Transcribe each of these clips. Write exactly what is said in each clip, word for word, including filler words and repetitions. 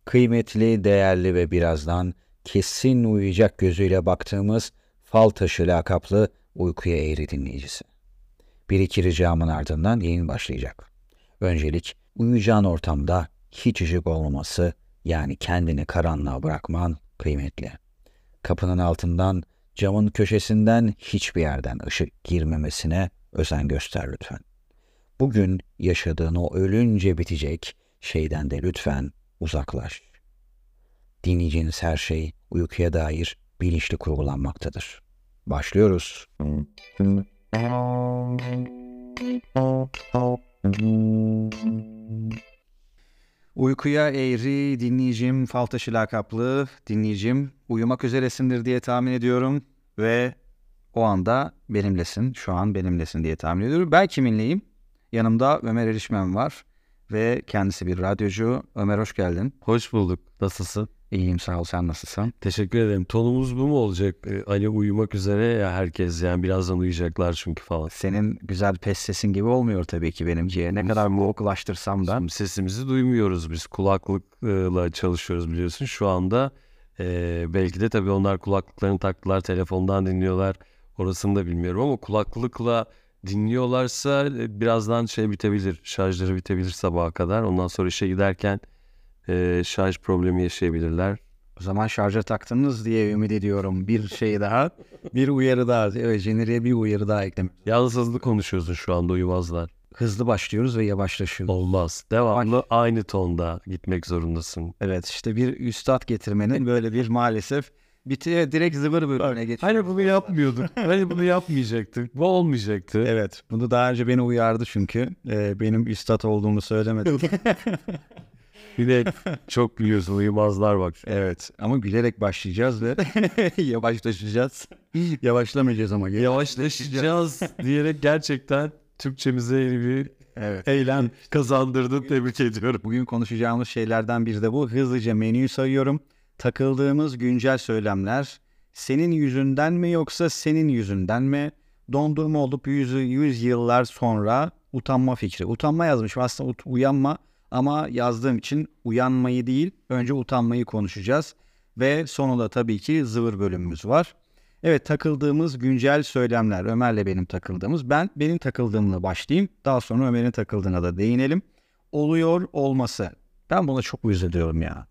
Kıymetli, değerli ve birazdan kesin uyuyacak gözüyle baktığımız fal taşı lakaplı Uykuya Eğri dinleyicisi. Bir iki ricamın ardından yayın başlayacak. Öncelik, uyuyacağın ortamda hiç ışık olmaması, yani kendini karanlığa bırakman kıymetli. Kapının altından, camın köşesinden hiçbir yerden ışık girmemesine özen göster lütfen. Bugün yaşadığın o ölünce bitecek şeyden de lütfen uzaklaş. Dinleyeceğiniz her şey uykuya dair bilinçli kurgulanmaktadır. Başlıyoruz. Uykuya Eğri dinleyicim, fal taşı lakaplı dinleyicim, uyumak üzeresindir diye tahmin ediyorum ve o anda benimlesin, şu an benimlesin diye tahmin ediyorum. Ben kiminleyim? Yanımda Ömer Erişmen var ve kendisi bir radyocu. Ömer, hoş geldin. Hoş bulduk. Nasılsın? İyiyim, sağ ol. Sen nasılsın? Teşekkür ederim. Tonumuz bu mu olacak? Ee, hani uyumak üzere ya herkes, yani birazdan uyuyacaklar çünkü falan. Senin güzel pes sesin gibi olmuyor tabii ki benimkiye. Ne kadar boğuklaştırsam da. Şimdi sesimizi duymuyoruz biz. Kulaklıkla çalışıyoruz biliyorsun. Şu anda e, belki de tabii onlar kulaklıklarını taktılar, telefondan dinliyorlar. Orasını da bilmiyorum ama kulaklıkla dinliyorlarsa e, birazdan şey bitebilir. Şarjları bitebilir sabaha kadar. Ondan sonra işe giderken e, şarj problemi yaşayabilirler. O zaman şarja taktınız diye ümit ediyorum. Bir şey daha, bir uyarı daha. Evet, jeneriğe bir uyarı daha eklemek. Yalnız hızlı konuşuyorsun şu anda, uyumazlar. Hızlı başlıyoruz ve yavaşlaşıyoruz. Olmaz. Devamlı aynı tonda gitmek zorundasın. Evet, işte bir üstad getirmenin böyle bir maalesef bitiyor, direkt zıvır bölümüne geçiyor. Hani bunu yapmıyorduk. Hani bunu yapmayacaktık. Bu olmayacaktı. Evet, bunu daha önce beni uyardı çünkü. Ee, benim üstad olduğumu söylemedim. Bir de çok biliyorsun, uyumazlar bak. Evet, ama gülerek başlayacağız ve yavaşlaşacağız. Yavaşlamayacağız ama. Yavaşlaşacağız diyerek gerçekten Türkçemize yeni bir Evet. eylem kazandırdın. Tebrik ediyorum. Bugün konuşacağımız şeylerden biri de bu. Hızlıca menüyü sayıyorum. Takıldığımız güncel söylemler. Senin yüzünden mi yoksa senin yüzünden mi? Dondurma olup yüz, yüz yıllar sonra utanma fikri. Utanma yazmışım aslında, ut- uyanma, ama yazdığım için uyanmayı değil, önce utanmayı konuşacağız. Ve sonunda tabii ki zıvır bölümümüz var. Evet, takıldığımız güncel söylemler. Ömer'le benim takıldığımız. Ben benim takıldığımla başlayayım. Daha sonra Ömer'in takıldığına da değinelim. Oluyor olması. Ben buna çok üzülüyorum ya.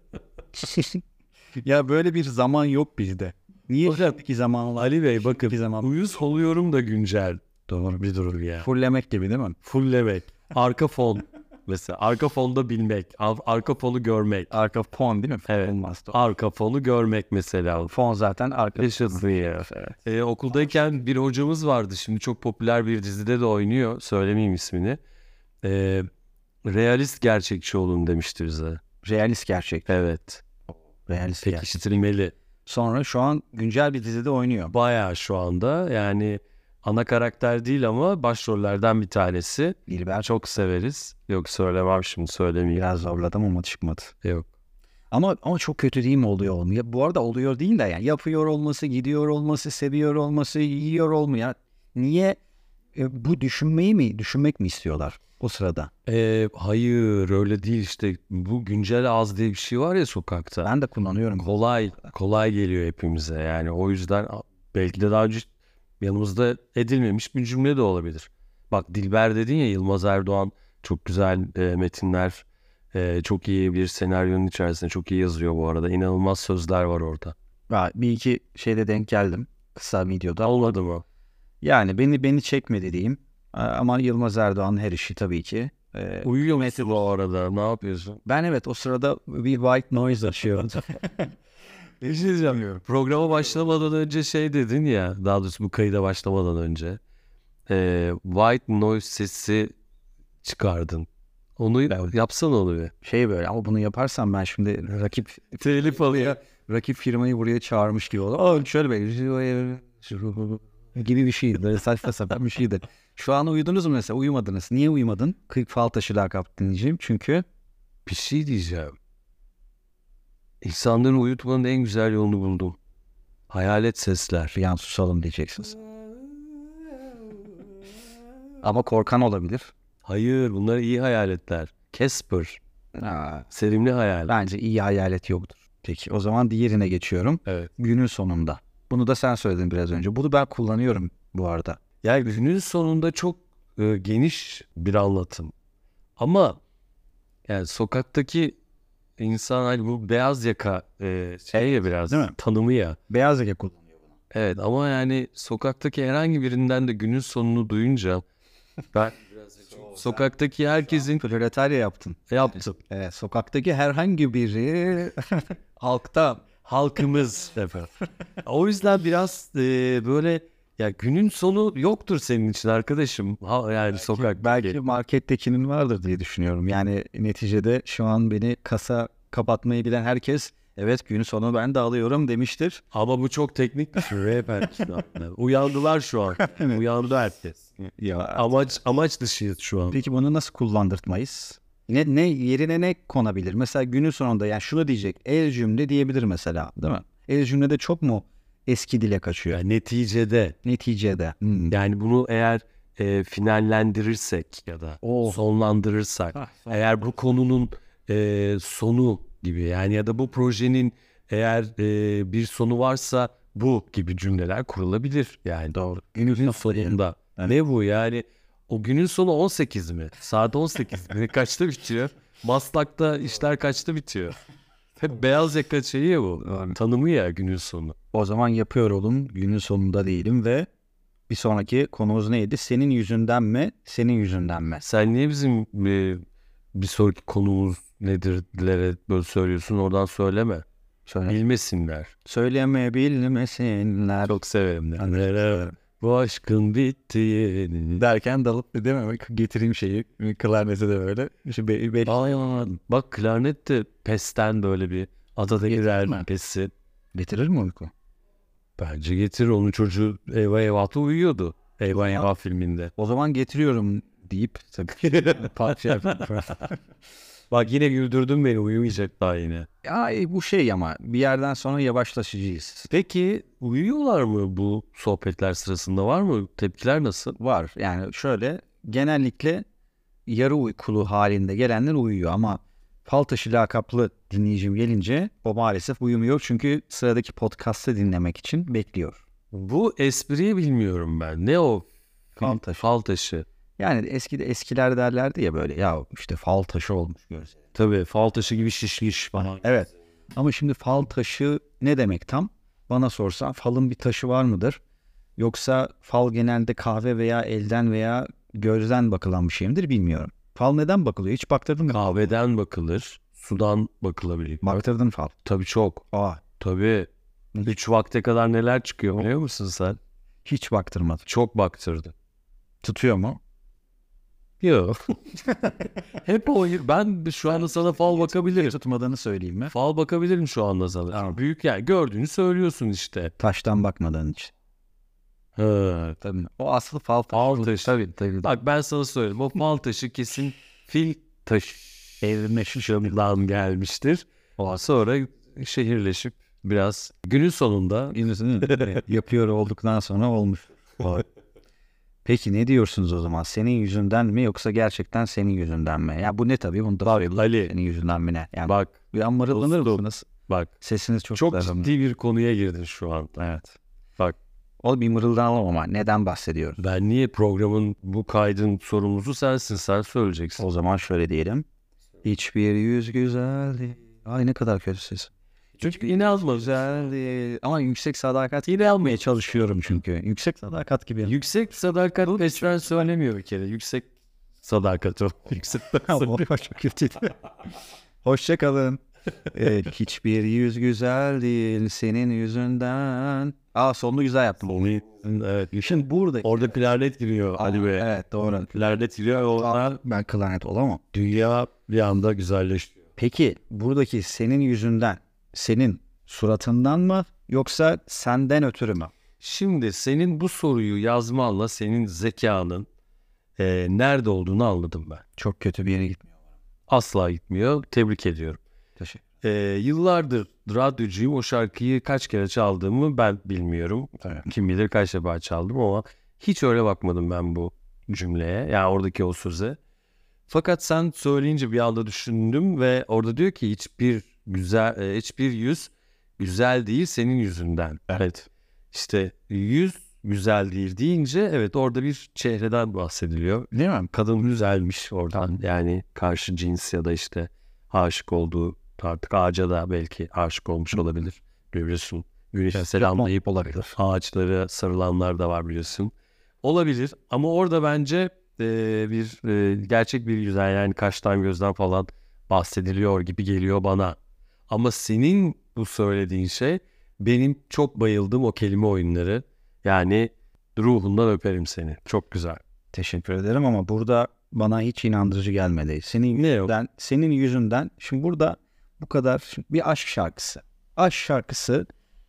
Ya böyle bir zaman yok bizde. Niye şimdiki zamanlar? Ali Bey bakın, Bir zaman. uyuz oluyorum da güncel. Doğru. Bir durum ya. Fullemek gibi değil mi? Fulllemek. Arka fon. Mesela arka fonda bilmek. ar- Arka fonu görmek. Arka fon değil mi? Evet. Olmaz. Doğru. Arka fonu görmek mesela. Fon zaten arka. Yaşasın ya. Evet. Ee, okuldayken bir hocamız vardı. Şimdi çok popüler bir dizide de oynuyor. Söylemeyeyim ismini. Ee, realist gerçekçi olun demişti bize. Realist gerçek. Evet. Realist gerçek. Pekiştirilmeli. Sonra şu an güncel bir dizide oynuyor. Bayağı şu anda, yani ana karakter değil ama başrollerden bir tanesi. Dilber çok Çok severiz. Yok, söylemem şimdi, söylemeyeyim. biraz zorladım ama çıkmadı. Yok. Ama ama çok kötü değil mi oluyor olmuyor? Bu arada oluyor değil de yani yapıyor olması, gidiyor olması, seviyor olması, yiyor olmuyor. Niye e, bu düşünmeyi mi, düşünmek mi istiyorlar o sırada? Ee, hayır, öyle değil işte. Bu güncel ağız diye bir şey var ya sokakta. Ben de kullanıyorum. Kolay, kolay geliyor hepimize. Yani o yüzden belki de daha önce yanımızda edilmemiş bir cümle de olabilir. Bak, Dilber dedin ya, Yılmaz Erdoğan çok güzel e, metinler, e, çok iyi bir senaryonun içerisinde çok iyi yazıyor bu arada. İnanılmaz sözler var orada. Ha, bir iki şeyde denk geldim kısa videoda. Olmadı mı? Yani beni beni çekmedi diyeyim. A- Ama Yılmaz Erdoğan'ın her işi tabii ki. Ee, Uyuyor musun bu arada? Ne yapıyorsun? ben evet o sırada bir white noise açıyorum. Bir şey diyeceğim. Programa başlamadan önce şey dedin ya, daha doğrusu bu kayıda başlamadan önce e, white noise sesi çıkardın. Onu Evet. yapsana, onu bir. Şey böyle, ama bunu yaparsam ben şimdi rakip Telif alıyor. rakip firmayı buraya çağırmış gibi olur. Aa, şöyle böyle gibi bir şeydi. Böyle saçma sapan bir şeydi. Şu an uyudunuz mu mesela? Uyumadınız. Niye uyumadın? Kırk fal taşı lakap dinleyeceğim. Çünkü Bir şey diyeceğim. İnsanları uyutmanın en güzel yolunu buldum. Hayalet sesler. bir an susalım diyeceksiniz. Ama korkan olabilir. Hayır, bunlar iyi hayaletler. Casper. Aa, Sevimli hayal. bence iyi hayalet yoktur. Peki o zaman diğerine geçiyorum. Evet. Günün sonunda. Bunu da sen söyledin biraz önce. Bunu ben kullanıyorum bu arada. Yani günün sonunda çok e, geniş bir anlatım. Ama yani sokaktaki insan hani bu beyaz yaka e, şey ya biraz Değil mi? tanımı ya. Beyaz yaka kullanıyor bunu. Evet ama yani sokaktaki herhangi birinden de günün sonunu duyunca ben sokaktaki herkesin Proletarya yaptın. yaptım. Evet, sokaktaki herhangi biri halkta. Halkımız efendim. O yüzden biraz e, böyle ya günün sonu yoktur senin için arkadaşım. Ha, yani sokaktaki. Belki markettekinin vardır diye düşünüyorum. Yani neticede şu an beni kasa kapatmayı bilen herkes evet günün sonu ben de alıyorum demiştir. Ama bu çok teknik bir şey efendim. şu anda. Uyandılar şu an. Uyandı herkes. Ya, Amaç amaç dışıyız şu an. peki bunu nasıl kullandırtmayız? Ne, ne yerine ne konabilir? Mesela günün sonunda yani şunu diyecek. El cümle diyebilir mesela, değil mi? El cümlede çok mu eski dile kaçıyor? Yani neticede Neticede. Hmm. yani bunu eğer e, finallendirirsek ya da Oh. sonlandırırsak Ah, eğer bu konunun e, sonu gibi yani ya da bu projenin eğer e, bir sonu varsa bu gibi cümleler kurulabilir yani. Doğru. Günün sonunda. Evet. Ne bu yani? O günün sonu on sekiz mi? Saat on sekiz mi? Kaçta bitiyor? Maslak'ta işler kaçta bitiyor? Hep beyaz yaka şeyi ya bu. Tanımı ya günün sonu. O zaman yapıyor olun. Günün sonunda değilim ve bir sonraki konumuz neydi? Senin yüzünden mi? Senin yüzünden mi? Sen niye bizim e, bir sonraki konumuz nedir dilere böyle söylüyorsun? Oradan söyleme. Söyle. Bilmesinler. Söylemeyebilmesinler. Çok severim de. Severim. Bu aşkın bittiğini. Derken dalıp değil mi? Getireyim şeyi. Klarnete de böyle. İşte be, be, Ay aman. Bak klarnet de pesten böyle bir adada girer mi? pesi. Getirir mi uyku? Bence getir onun çocuğu Eyvah Eyvah'ta uyuyordu. Eyvah Eyvah filminde. O zaman getiriyorum deyip parça Bak yine güldürdün beni uyumayacak daha yine. Ya e, bu şey ama bir yerden sonra yavaşlaşacağız. Peki uyuyorlar mı bu sohbetler sırasında var mı? Tepkiler nasıl? Var yani şöyle genellikle yarı uykulu halinde gelenler uyuyor ama fal taşı lakaplı dinleyicim gelince o maalesef uyumuyor çünkü sıradaki podcast'ı dinlemek için bekliyor. Bu espriyi bilmiyorum ben. Ne o? Fal taşı. Fal taşı. Yani eskide eskiler derlerdi ya böyle ya işte fal taşı olmuş gözleri. Tabii fal taşı gibi şişmiş falan. Evet. Ama şimdi fal taşı ne demek tam? Bana sorsan falın bir taşı var mıdır? Yoksa fal genelde kahve veya elden veya gözden bakılan bir şey midir bilmiyorum. Fal neden bakılıyor? Hiç baktırdın mı? Kahveden bakılır, sudan bakılabilir. Baktırdın fal. Tabii çok. Aa, Tabii. Üç vakte kadar neler çıkıyor biliyor musun sen? hiç baktırmadım. Çok baktırdı. Tutuyor mu? Yok. Hep o. Ben şu anda sana fal bakabilirim. Tutmadığını söyleyeyim mi? Fal bakabilirim şu anda sana. Tamam. Büyük yani gördüğünü söylüyorsun işte. Taştan bakmadığın için. Ha. Tabii. O asıl fal taşı. Fal taşı. Tabii tabii. Bak ben sana söyleyeyim. O fal taşı kesin fil taşından gelmiştir. O sonra şehirleşip biraz günün sonunda yapıyor olduktan sonra olmuş. Peki ne diyorsunuz o zaman? Senin yüzünden mi yoksa gerçekten senin yüzünden mi? Ya bu ne tabii bunu da söyleyeyim. Ali. Senin yüzünden mi ne? Yani bak bir an mırıldanır dostum. mısınız? bak Sesiniz çok, çok güzel ama. ciddi bir konuya girdin şu anda. Evet. Bak O bir mırıldanalım ama neden bahsediyoruz? ben niye programın bu kaydın sorumlusu sensin, sen söyleyeceksin. O zaman şöyle diyelim. Hiçbir yüz güzel değil. Ay ne kadar kötü ses. Çünkü yine alma. Güzel değil. Ama yüksek sadakat Yine almaya yapmaya çalışıyorum çünkü. Yüksek sadakat gibi. Yüksek sadakat peşten söylemiyor bir kere. Yüksek sadakat o. Yüksek Çok kötüydü. Hoşça kalın. Evet, hiçbir yüz güzel değil senin yüzünden. Aa sonunu güzel yaptım. Onu, evet. Şimdi burada. Orada klarnet giriyor Ali Bey. Evet doğru. Klarnet giriyor. Onlar Ben klarnet olamam. dünya bir anda güzelleşiyor. Peki buradaki senin yüzünden, senin suratından mı yoksa senden ötürü mü? Şimdi senin bu soruyu yazmanla senin zekanın e, nerede olduğunu anladım ben. Çok kötü bir yere gitmiyor. Asla gitmiyor. Tebrik ediyorum. Teşekkür E, yıllardır radyocuyum. O şarkıyı kaç kere çaldığımı ben bilmiyorum. ederim. Kim bilir kaç defa çaldım ama hiç öyle bakmadım ben bu cümleye. Yani oradaki o söze. Fakat sen söyleyince bir anda düşündüm ve orada diyor ki hiçbir güzel e, hiçbir yüz güzel değil senin yüzünden. Evet. İşte yüz güzel değil deyince evet orada bir çehreden bahsediliyor. Değil mi? Kadın güzelmiş oradan. Yani karşı cins ya da işte aşık olduğu, artık ağaca da belki aşık olmuş olabilir. Biliyorsun. Güneşi selamlayıp olabilir. ağaçlara sarılanlar da var biliyorsun. Olabilir ama orada bence e, bir e, gerçek bir güzel, yani kaştan gözden falan bahsediliyor gibi geliyor bana. Ama senin bu söylediğin şey, benim çok bayıldığım o kelime oyunları. Yani ruhundan öperim seni. Çok güzel. Teşekkür ederim ama burada bana hiç inandırıcı gelmedi. Senin Ne yok? yüzünden, senin yüzünden şimdi burada bu kadar şimdi bir aşk şarkısı. Aşk şarkısı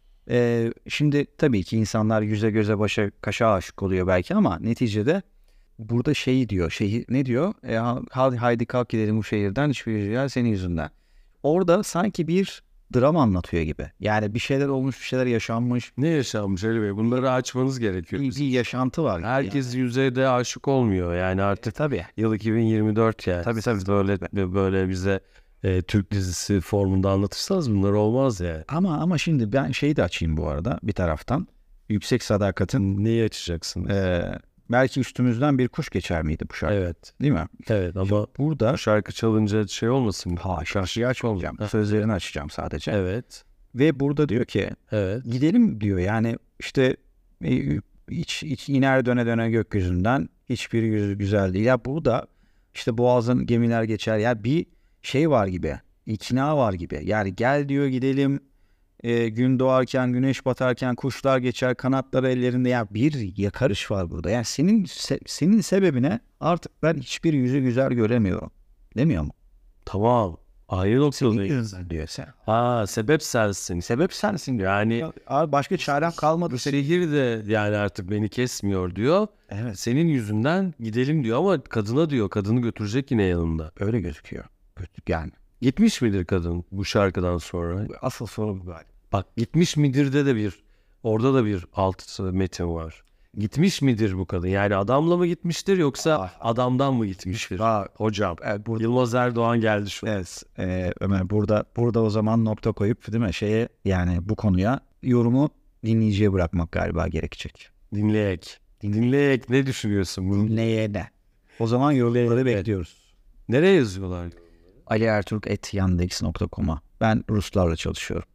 e, şimdi tabii ki insanlar yüze göze başa kaşa aşık oluyor belki ama neticede burada şeyi diyor. Şeyi ne diyor? E, ha- haydi kalk gidelim bu şehirden, hiçbir yer senin yüzünden. Orada sanki bir dram anlatıyor gibi. Yani bir şeyler olmuş, bir şeyler yaşanmış. Ne yaşanmış Ali Bey? Bunları açmanız gerekiyor. Bir, bir yaşantı var. Herkes yüzeyde aşık olmuyor. Yani artık Tabii. yıl iki bin yirmi dört yani. Tabii, tabii. Siz böyle böyle bize e, Türk dizisi formunda anlatırsanız bunlar olmaz yani. Ama ama şimdi ben şeyi de açayım bu arada bir taraftan. Yüksek Sadakat'in Neyi açacaksın? e, belki üstümüzden bir kuş geçer miydi bu şarkı? Evet. Değil mi? Evet ama Burada bu şarkı çalınca şey olmasın mı? ha, şarkıyı açmayacağım. Sözlerini açacağım sadece. Evet. Ve burada diyor ki Evet. gidelim diyor. Yani işte e, hiç, hiç iner döne döne gökyüzünden hiçbir yüzü güzel değil. Ya burada işte boğazın gemiler geçer. Ya bir şey var gibi. İkna var gibi. Yani gel diyor gidelim. E, gün doğarken, güneş batarken kuşlar geçer, kanatları ellerinde. Ya bir yakarış var burada. Yani senin se- senin sebebine artık ben hiçbir yüzü güzel göremiyorum. Demiyor mu? Tamam. Aynı noktadayız. yüzünden diyor sen. Ha, sebep sensin. Sebep sensin diyor. Yani Ya, abi başka çarem kalmadı. bu şehir de yani artık beni kesmiyor diyor. Evet. Senin yüzünden gidelim diyor ama kadına diyor. Kadını götürecek yine yanında. Öyle gözüküyor. Yani Gitmiş midir kadın bu şarkıdan sonra? asıl soru bu galiba. Bak, gitmiş midir de bir, orada da bir alt metin var. Gitmiş midir bu kadın? Yani adamla mı gitmiştir yoksa Ah. adamdan mı gitmiştir? Aa, Hocam. evet, burada, Yılmaz Erdoğan geldi şu an. evet, e, Ömer burada burada o zaman nokta koyup değil mi şeye yani bu konuya yorumu dinleyiciye bırakmak galiba gerekecek. Dinleyek. Dinleyek ne düşünüyorsun? Bunu? Neye ne? O zaman yorumları bekliyoruz. Nereye yazıyorlar? alierturk at yandex nokta com'a. Ben Ruslarla çalışıyorum.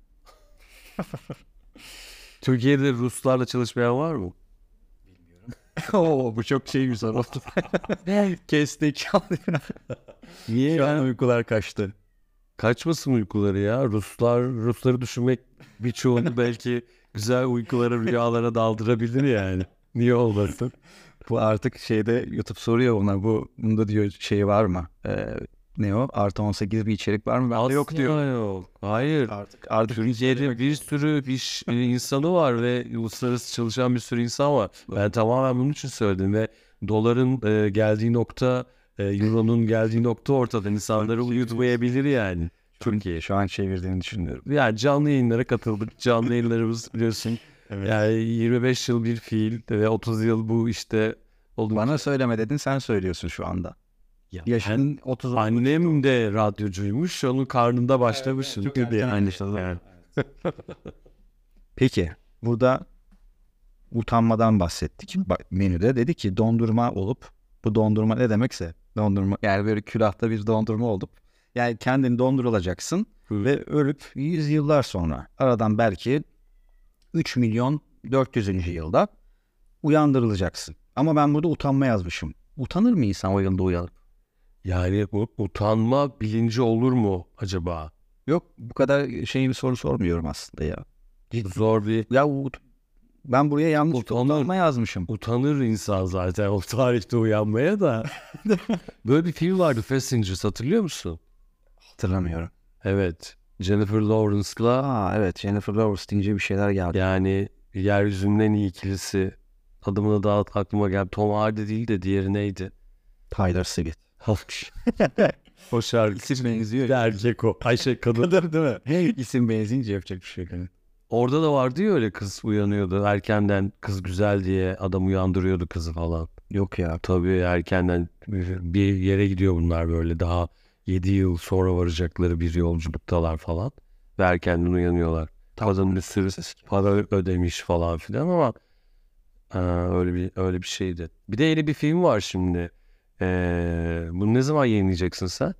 Türkiye'de Ruslarla çalışmayan var mı? Oo, bu çok şey güzel oldu. Kestik. Niye Şu an ya? uykular kaçtı. Kaçmasın uykuları ya. Ruslar, Rusları düşünmek birçoğunu belki güzel uykulara, rüyalara daldırabilir yani. Niye olmasın? Bu artık şeyde YouTube soruyor ona bu bunda diyor şey var mı? Ee, ne o? Artı on sekiz bir içerik var mı? Bende yok diyor. Aslında yok. Hayır. Artık artık Türkiye'de bir sürü iş e, insanı var ve uluslararası çalışan bir sürü insan var. Ben tamamen bunun için söyledim ve doların e, geldiği nokta, e, euronun geldiği nokta ortada. İnsanları uyutmayabilir yani. Türkiye. şu an çevirdiğini düşünüyorum. Yani canlı yayınlara katıldık. Canlı yayınlarımız biliyorsun. Evet. Yani yirmi beş yıl bir fiil ve otuz yıl bu işte oldu. Bana söyleme dedin sen söylüyorsun şu anda. Ya Yaşın otuz. annem de radyocuymuş. Onun karnında başlamışım. Çok iyi yani. Yani. Peki burada utanmadan bahsettik. Bak, menüde dedi ki dondurma olup bu dondurma ne demekse dondurma yani böyle külahta bir dondurma olup yani kendini dondurulacaksın ve ölüp yüz yıllar sonra aradan belki üç milyon dört yüzüncü yılda uyandırılacaksın. Ama ben burada utanma yazmışım. Utanır mı insan o yılda uyanıp? Yani bu utanma bilinci olur mu acaba? Yok bu kadar şey bir soru sormuyorum aslında ya. Zor bir... Ya ut- ben buraya yanlış Utanır. utanma yazmışım. Utanır insan zaten o tarihte uyanmaya da. Böyle bir film vardı, Passengers, hatırlıyor musun? Hatırlamıyorum. Evet. Jennifer Lawrence'la Aa evet Jennifer Lawrence deyince bir şeyler geldi. yani yeryüzünün en iyi ikilisi. Adımını da aklıma geldi. Tom Hardy değil de diğeri neydi? Tyler Swift. O şarkı. İsim benziyor. Bir erkek o. Ayşe kadın. Kadar değil mi? Hey, isim benzeyince yapacak bir şey yok. Orada da vardı ya öyle, kız uyanıyordu. Erkenden kız güzel diye adam uyandırıyordu kızı falan. Yok ya. Tabii erkenden bir yere gidiyor bunlar, böyle daha yedi yıl sonra varacakları bir yolculuktalar falan. Ve erkenden uyanıyorlar. Kadın bir sürü para ödemiş falan filan ama e, öyle bir öyle bir şeydi. Bir de yeni bir film var şimdi. E, bunu ne zaman yayınlayacaksın sen?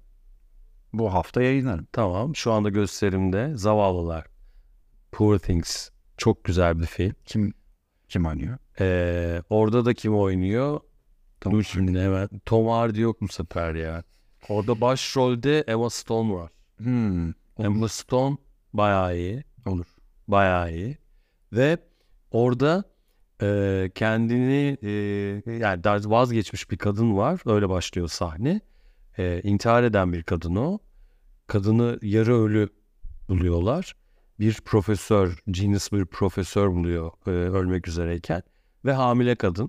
Bu hafta yayınlarım. Tamam. Şu anda gösterimde. Zavallılar. Poor Things. Çok güzel bir film. Kim kim oynuyor? E, orada da kim oynuyor? Tom Dur şimdi hemen. Tom Hardy yok bu sefer ya. Orada başrolde Emma Stone var. Hmm. Emma Stone bayağı iyi. Olur. Bayağı iyi. Ve orada e, kendini e, yani daha vazgeçmiş bir kadın var. Öyle başlıyor sahne. E, intihar eden bir kadın o. Kadını yarı ölü buluyorlar. Bir profesör, genius bir profesör buluyor e, ölmek üzereyken. Ve hamile kadın.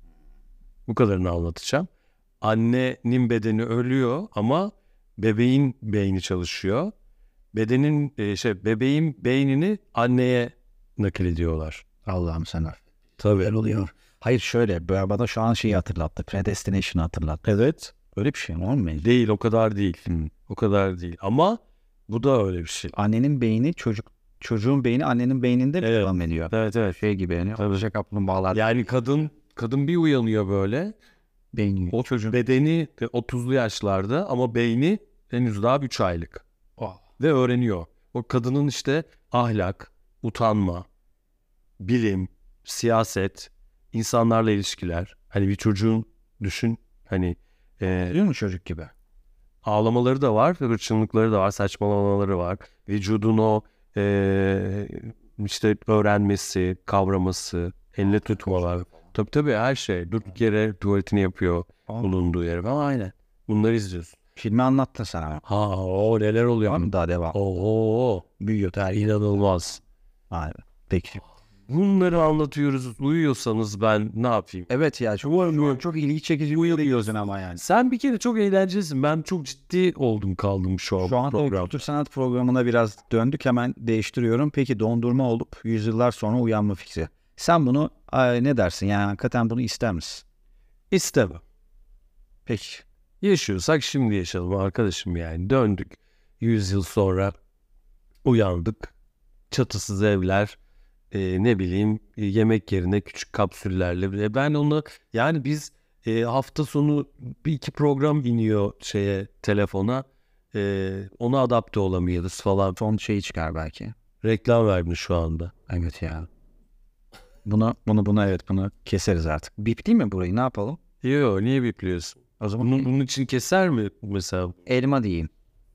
Bu kadarını anlatacağım. Annenin bedeni ölüyor ama bebeğin beyni çalışıyor. Bedenin e, şey bebeğin beynini anneye nakil ediyorlar. Allah'ım sen affet. Tabii. Oluyor. Hayır şöyle bana şu an şeyi hatırlattı. Predestination'ı hatırlattı. Evet. Öyle bir şey mi olmuyor? Değil, o kadar değil. Hmm. O kadar değil. Ama bu da öyle bir şey. Annenin beyni çocuk çocuğun beyni annenin beyninde Evet. devam ediyor. Evet evet. Şey gibi yani. Alacak kaplumbağalar. Yani kadın kadın bir uyanıyor böyle. Beyni. O çocuğun bedeni otuzlu yaşlarda ama beyni henüz daha üç aylık. Oh. Ve öğreniyor. O kadının işte ahlak, utanma, bilim, siyaset, insanlarla ilişkiler. Hani bir çocuğun düşün, hani e, Biliyor musun çocuk gibi? ağlamaları da var, hırçınlıkları da var, saçmalamaları var. Vücudun o e, işte öğrenmesi, kavraması, elle tutmalar. Tabii tabii her şey. Durduk yere tuvaletini yapıyor bulunduğu yere. Ama aynen. Bunları izliyorsun. Filmi anlattın sana. Ha o neler oluyor. Var mı daha devam? Oo, Büyüyor tarih. inanılmaz. Aynen. Peki. Bunları anlatıyoruz. Uyuyorsanız ben ne yapayım? Evet ya çok, çok ilgi çekici uyuyorsun ama yani. Sen bir kere çok eğlencelisin. Ben çok ciddi oldum kaldım şu an. Şu an o program. kültür sanat programına biraz döndük, hemen değiştiriyorum. Peki dondurma olup yüzyıllar sonra uyanma fikri. Sen bunu ay, ne dersin yani hakikaten bunu ister misin? İstemem. Peki. Yaşıyorsak şimdi yaşayalım arkadaşım yani. Döndük. Yüz yıl sonra uyandık. Çatısız evler, e, ne bileyim e, yemek yerine küçük kapsüllerle. E, ben onu yani biz e, hafta sonu bir iki program iniyor şeye telefona. E, ona adapte olamıyoruz falan. Son şeyi çıkar belki. Reklam vermiş şu anda. Evet ya. Bunu bunu bunu evet bunu keseriz artık. Bip değil mi burayı, ne yapalım? Yok, niye bipliyorsun? O zaman Bunun, bunun için keser mi mesela? elma diyeyim.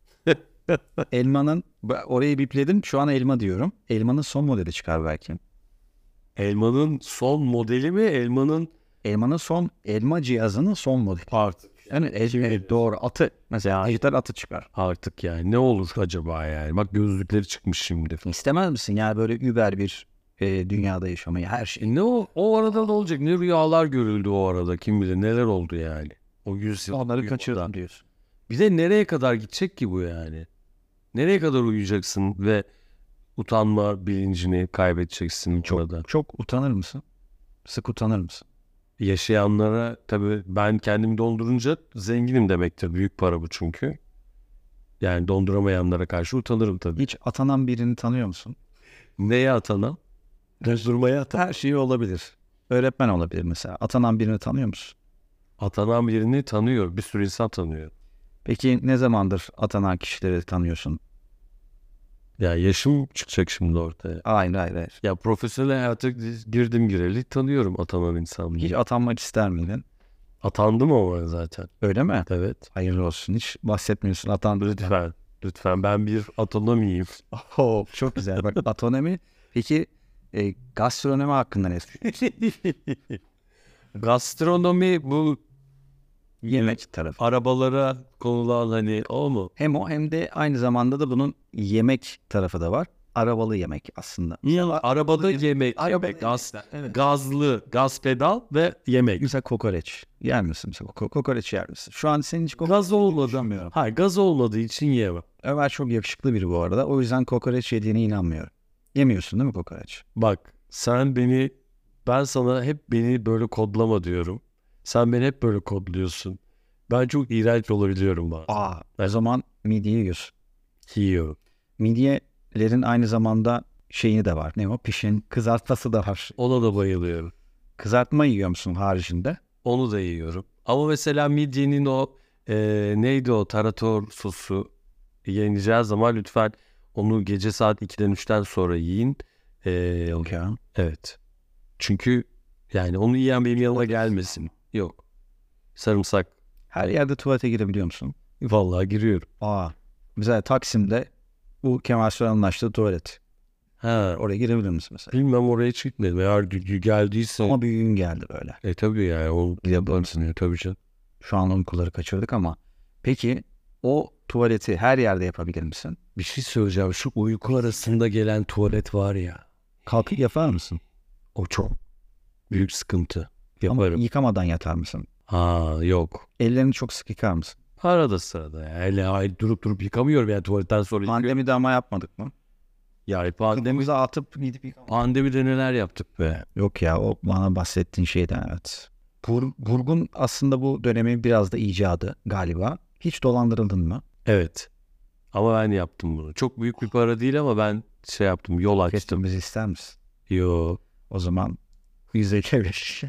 Elmanın orayı bipledim, şu an elma diyorum. Elmanın son modeli çıkar belki. Elmanın son modeli mi? Elmanın Elmanın son elma cihazının son modeli. artık. Yani el, doğru atı mesela dijital atı çıkar. Artık yani ne olur acaba yani? Bak gözlükleri çıkmış şimdi. İstemez misin yani böyle über bir e, dünyada yaşamayı, her şey? E ne o, o arada ne olacak? Ne rüyalar görüldü o arada, kim bilir neler oldu yani. O yüz yıl. Onları uyumadan. kaçırdım diyorsun. Bir de nereye kadar gidecek ki bu yani? Nereye kadar uyuyacaksın ve utanma bilincini kaybedeceksin orada. Çok, çok utanır mısın? Sık utanır mısın? Yaşayanlara tabii ben kendimi dondurunca zenginim demektir. Büyük para bu çünkü. Yani donduramayanlara karşı utanırım tabii. Hiç atanan birini tanıyor musun? Neye atanan? Dondurmaya atan. Her şeyi olabilir. Öğretmen olabilir mesela. Atanan birini tanıyor musun? Atanan birini tanıyor. Bir sürü insan tanıyor. Peki ne zamandır atanan kişileri tanıyorsun? Ya yaşım çıkacak şimdi ortaya. Hayır hayır hayır. Ya profesyonel hayata girdim gireli tanıyorum atanan Hiç insanları. atanmak ister miydin? Atandım ama zaten. Öyle mi? Evet. Hayırlı olsun. Hiç bahsetmiyorsun atandığından. Lütfen. Lütfen ben bir otonomiyim. Oh, çok güzel. Bak otonomi. Peki e, gastronomi hakkında ne düşünüyorsun? Gastronomi bu Yemek tarafı. arabalara konulan hani o mu? Hem o hem de aynı zamanda da bunun yemek tarafı da var. Arabalı yemek aslında. Arabada yemek, Arabada yemek, gaz, evet. gazlı, gaz pedal ve yemek. Mesela kokoreç. Yer misin mesela? Ko- kokoreç yer misin? Şu an senin hiç kokoreç Gaz olmadı. düşünmüyorum. Hayır, gaz olmadığı için yiyemem. Ömer çok yakışıklı biri bu arada. O yüzden kokoreç yediğine inanmıyorum. Yemiyorsun değil mi kokoreç? Bak sen beni, ben sana hep beni böyle kodlama diyorum. Sen beni hep böyle kodluyorsun. Ben çok iğrenç olabiliyorum bazen. Aa, o zaman midye yiyorsun. Yiyorum. Midyelerin aynı zamanda şeyini de var. Ne o? Pişin kızartması da var. Ona da bayılıyorum. Kızartma yiyor musun haricinde? Onu da yiyorum. Ama mesela midyenin o e, neydi o tarator sosu yeneceği zaman lütfen onu gece saat ikiden üçten sonra yiyin. E, Yok ya. Evet. Çünkü yani onu yiyen benim yanıma gelmesin. Yok. Sarımsak. Her yerde tuvalete girebiliyor musun? Vallahi giriyorum. Aa. Mesela Taksim'de bu Kemal Sunal'ın açtığı tuvalet. Ha. Oraya girebilir misin mesela? Bilmem oraya hiç gitmedim. Eğer gü- geldiyse. Ama bir gün geldi böyle. E tabii yani. O yaparsın ya tabii canım. Şu an uykuları kaçırdık ama. Peki o tuvaleti her yerde yapabilir misin? Bir şey söyleyeceğim. Şu uyku arasında gelen tuvalet var ya. Kalkıp yapar mısın? O çok büyük sıkıntı. Ama Yaparım. yıkamadan yatar mısın? Ha yok. Ellerini çok sık yıkar mısın? Arada sırada ya. Hele ay durup durup yıkamıyorum yani tuvaletten sonra. yıkıyorum. Pandemide ama yapmadık mı? Yani pandemi, Kıdemimize atıp gidip yıkamadık. pandemide neler yaptık be. Yok ya, o bana bahsettiğin şeyden evet. Bur- Burgun aslında bu dönemin biraz da icadı galiba. Hiç dolandırıldın mı? Evet. Ama ben yaptım bunu. Çok büyük bir para değil ama ben şey yaptım. Yol açtım. Kesmemizi ister misin? Yo. O zaman yüzde çevir.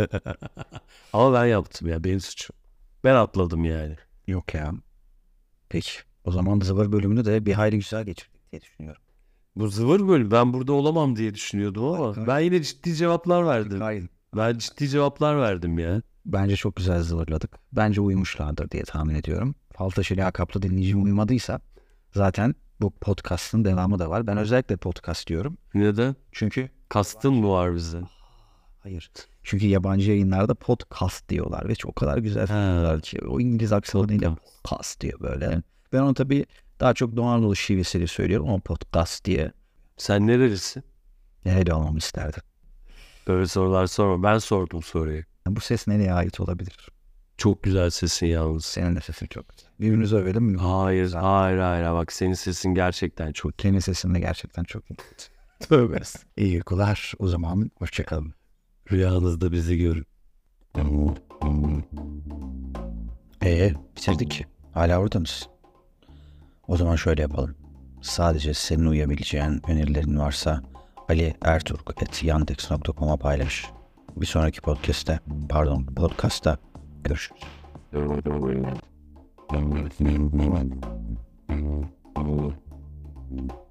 Ama ben yaptım ya. Benim suçum. Ben atladım yani. Yok ya. Peki. O zaman zıvır bölümünü de bir hayli güzel geçirdik diye düşünüyorum. Bu zıvır bölüm. Ben burada olamam diye düşünüyordum ama Hayır. ben yine ciddi cevaplar verdim. Hayır. Ben ciddi cevaplar verdim ya. Bence çok güzel zıvırladık. Bence uyumuşlardır diye tahmin ediyorum. Faltaşı lakaplı dinleyicim uyumadıysa zaten bu podcast'ın devamı da var. Ben özellikle podcast diyorum. Neden? Çünkü Kastın mı var bize? hayır. Çünkü yabancı yayınlarda podcast diyorlar ve çok o kadar güzel diyorlar ki o İngiliz aksanıyla podcast diyor böyle. Ben onu tabii daha çok Doğu Anadolu şivesiyle söylüyorum ama podcast diye Sen nerelisin? nerede olmamı isterdim. Böyle sorular sorma. Ben sordum soruyu. Bu ses nereye ait olabilir? Çok güzel sesin yalnız. Senin de sesin çok güzel. Birbirimizi övelim mi? Hayır, Güzel. hayır, hayır. Bak senin sesin gerçekten çok. Senin sesin de gerçekten çok iyi. Tövbe. İyi uykular. O zaman hoşçakalın. Rüyanızda bizi görün. Ee, bitirdik. Hala orada mısın? O zaman şöyle yapalım. Sadece senin uyabileceğin önerilerin varsa ali erturk at yandex nokta com'a paylaş. Bir sonraki podcast'te, pardon podcast'ta görüşürüz.